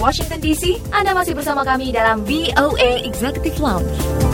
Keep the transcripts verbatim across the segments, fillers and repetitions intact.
Washington D C, Anda masih bersama kami dalam V O A Executive Lounge.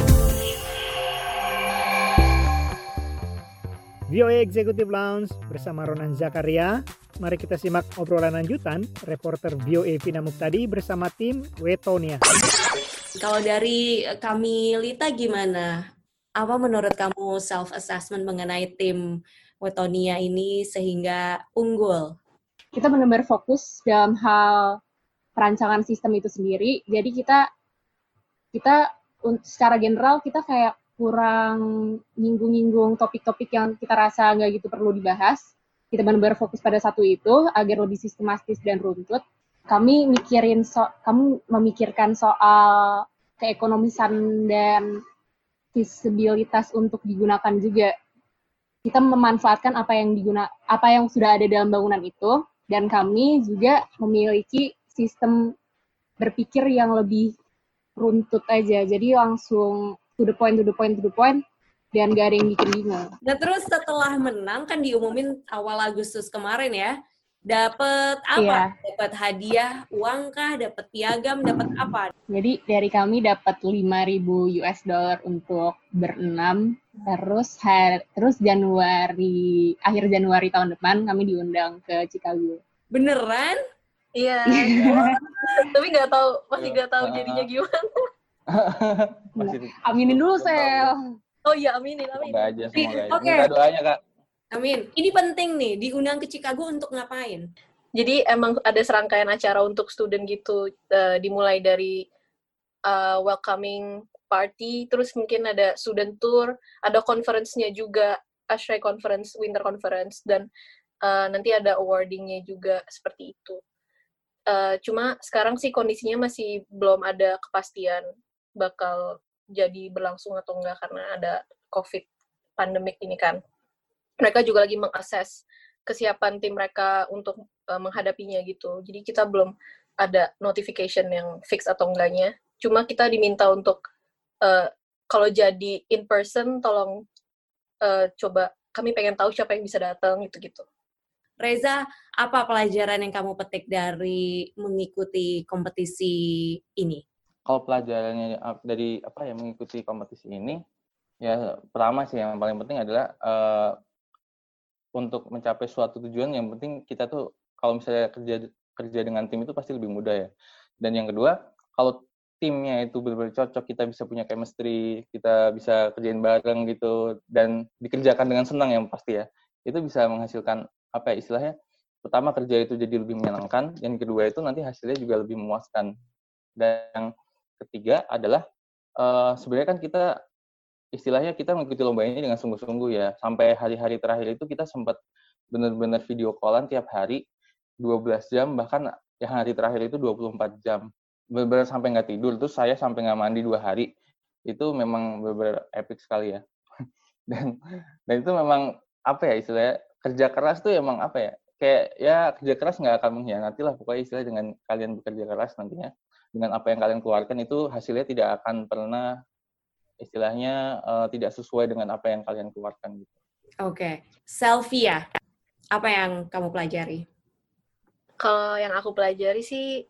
V O A Executive Lounge bersama Ronan Zakaria. Mari kita simak obrolan lanjutan reporter V O A Vina Muktadi bersama tim Wetonia. Kalau dari kami Lita gimana? Apa menurut kamu self-assessment mengenai tim Wetonia ini sehingga unggul? Kita benar-benar fokus dalam hal perancangan sistem itu sendiri. Jadi kita kita secara general kita kayak kurang nyinggung-nyinggung topik-topik yang kita rasa nggak gitu perlu dibahas. Kita benar-benar fokus pada satu itu agar lebih sistematis dan runtut. Kami mikirin so, kamu memikirkan soal keekonomisan dan visibilitas untuk digunakan juga. Kita memanfaatkan apa yang diguna, apa yang sudah ada dalam bangunan itu, dan kami juga memiliki sistem berpikir yang lebih runtut aja. Jadi langsung to the point, to the point, to the point, dan gak ada yang bikin bingung. Nah terus setelah menang kan diumumin awal Agustus kemarin ya, dapat apa? Iya. Dapat hadiah, uang kah? Dapat piagam? Dapat apa? Jadi dari kami dapat lima ribu U S dollar untuk berenam. Terus hari, terus Januari akhir Januari tahun depan kami diundang ke Chicago. Beneran? Iya. Tapi nggak tahu, masih nggak tahu jadinya gimana. Aminin dulu, Sel. Oh iya, aminin, aminin. Semoga aja, semoga aja. Oke. Minta doanya, Kak. Amin. Ini penting nih, diundang ke Chicago untuk ngapain? Jadi emang ada serangkaian acara untuk student gitu, uh, dimulai dari uh, welcoming party, terus mungkin ada student tour, ada conference-nya juga, ASHRAE Conference, Winter Conference, dan uh, nanti ada awarding-nya juga seperti itu. Uh, cuma sekarang sih kondisinya masih belum ada kepastian bakal jadi berlangsung atau enggak karena ada COVID pandemik ini kan. Mereka juga lagi mengakses kesiapan tim mereka untuk uh, menghadapinya gitu. Jadi kita belum ada notification yang fix atau enggaknya. Cuma kita diminta untuk uh, kalau jadi in person tolong uh, coba, kami pengen tahu siapa yang bisa datang gitu-gitu. Reza, apa pelajaran yang kamu petik dari mengikuti kompetisi ini? Kalau pelajarannya dari apa ya mengikuti kompetisi ini, ya pertama sih yang paling penting adalah uh, untuk mencapai suatu tujuan yang penting kita tuh kalau misalnya kerja kerja dengan tim itu pasti lebih mudah ya. Dan yang kedua, kalau timnya itu benar-benar cocok, kita bisa punya chemistry, kita bisa kerjain bareng gitu dan dikerjakan dengan senang yang pasti ya. Itu bisa menghasilkan apa ya istilahnya? Pertama kerja itu jadi lebih menyenangkan, yang kedua itu nanti hasilnya juga lebih memuaskan. Dan yang ketiga adalah uh, sebenarnya kan kita istilahnya kita mengikuti lomba ini dengan sungguh-sungguh ya. Sampai hari-hari terakhir itu kita sempat benar-benar video callan tiap hari dua belas jam, bahkan yang hari terakhir itu dua puluh empat jam. Benar-benar sampai nggak tidur, terus saya sampai nggak mandi dua hari. Itu memang benar-benar epic sekali ya. dan dan itu memang apa ya istilahnya kerja keras tuh emang apa ya kayak ya kerja keras nggak akan mengkhianati lah pokoknya istilah dengan kalian bekerja keras nantinya dengan apa yang kalian keluarkan itu hasilnya tidak akan pernah istilahnya uh, tidak sesuai dengan apa yang kalian keluarkan gitu. Oke, okay. Selvia, apa yang kamu pelajari? Kalau yang aku pelajari sih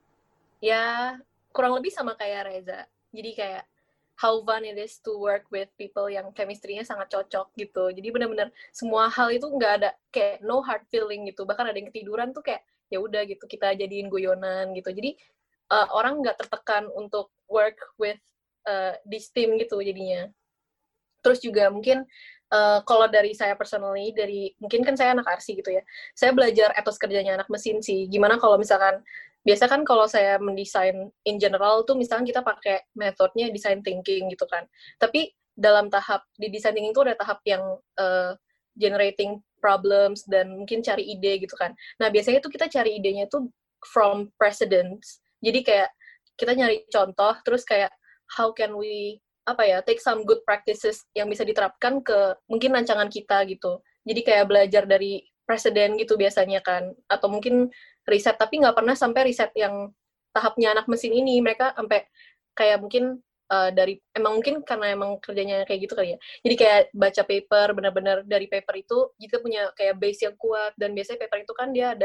ya kurang lebih sama kayak Reza. Jadi kayak how fun it is to work with people yang chemistry-nya sangat cocok gitu. Jadi benar-benar semua hal itu nggak ada kayak no hard feeling gitu. Bahkan ada yang ketiduran tuh kayak ya udah gitu kita jadiin guyonan gitu. Jadi uh, orang nggak tertekan untuk work with uh, this team gitu jadinya. Terus juga mungkin uh, kalau dari saya personally, dari mungkin kan saya anak arsi gitu ya. Saya belajar etos kerjanya anak mesin sih. Gimana kalau misalkan biasa kan kalau saya mendesain in general tuh misalkan kita pakai metodenya design thinking gitu kan. Tapi dalam tahap di design thinking itu ada tahap yang uh, generating problems dan mungkin cari ide gitu kan. Nah biasanya itu kita cari idenya tuh from precedents. Jadi kayak kita nyari contoh terus kayak how can we apa ya take some good practices yang bisa diterapkan ke mungkin rancangan kita gitu. Jadi kayak belajar dari presiden gitu biasanya kan, atau mungkin riset tapi nggak pernah sampai riset yang tahapnya anak mesin ini. Mereka sampai kayak mungkin uh, dari emang mungkin karena emang kerjanya kayak gitu kali ya. Jadi kayak baca paper benar-benar dari paper itu kita punya kayak base yang kuat dan biasanya paper itu kan dia ada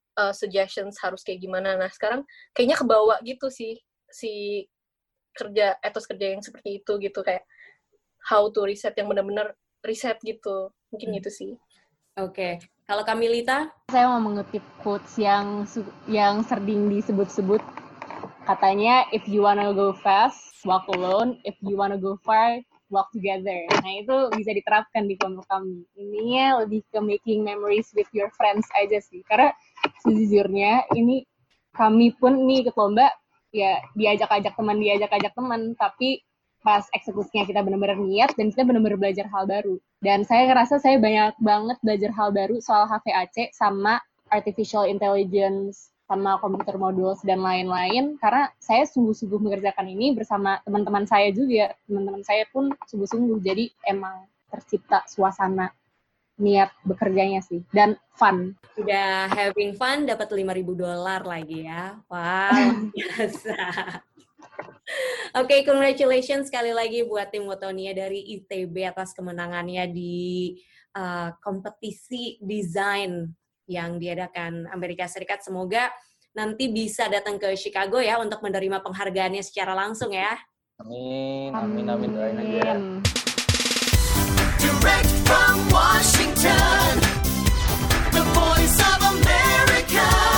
uh, suggestions harus kayak gimana. Nah sekarang kayaknya kebawa gitu sih si kerja etos kerja yang seperti itu gitu, kayak how to riset yang benar-benar riset gitu, mungkin hmm. gitu sih. Oke, okay. Kalau Kamilita? Saya mau mengutip quotes yang yang sering disebut-sebut. Katanya, if you wanna go fast, walk alone. If you wanna go far, walk together. Nah, itu bisa diterapkan di kelompok kami. Ininya lebih ke making memories with your friends aja sih. Karena sejujurnya, ini kami pun nih ikut lomba, ya diajak-ajak teman, diajak-ajak teman. Tapi pas eksekusinya kita benar-benar niat dan kita benar-benar belajar hal baru. Dan saya ngerasa saya banyak banget belajar hal baru soal H V A C sama artificial intelligence, sama computer modules dan lain-lain, karena saya sungguh-sungguh mengerjakan ini bersama teman-teman saya juga. Teman-teman saya pun sungguh-sungguh, jadi emang tercipta suasana niat bekerjanya sih, dan fun. Udah having fun, dapat lima ribu dolar lagi ya. Wow, biasa. Oke, okay, congratulations sekali lagi buat tim Wotonia dari I T B atas kemenangannya di uh, kompetisi desain yang diadakan Amerika Serikat. Semoga nanti bisa datang ke Chicago ya untuk menerima penghargaannya secara langsung ya. Amin, amin, amin, doain aja. Direct from Washington, the voice of America.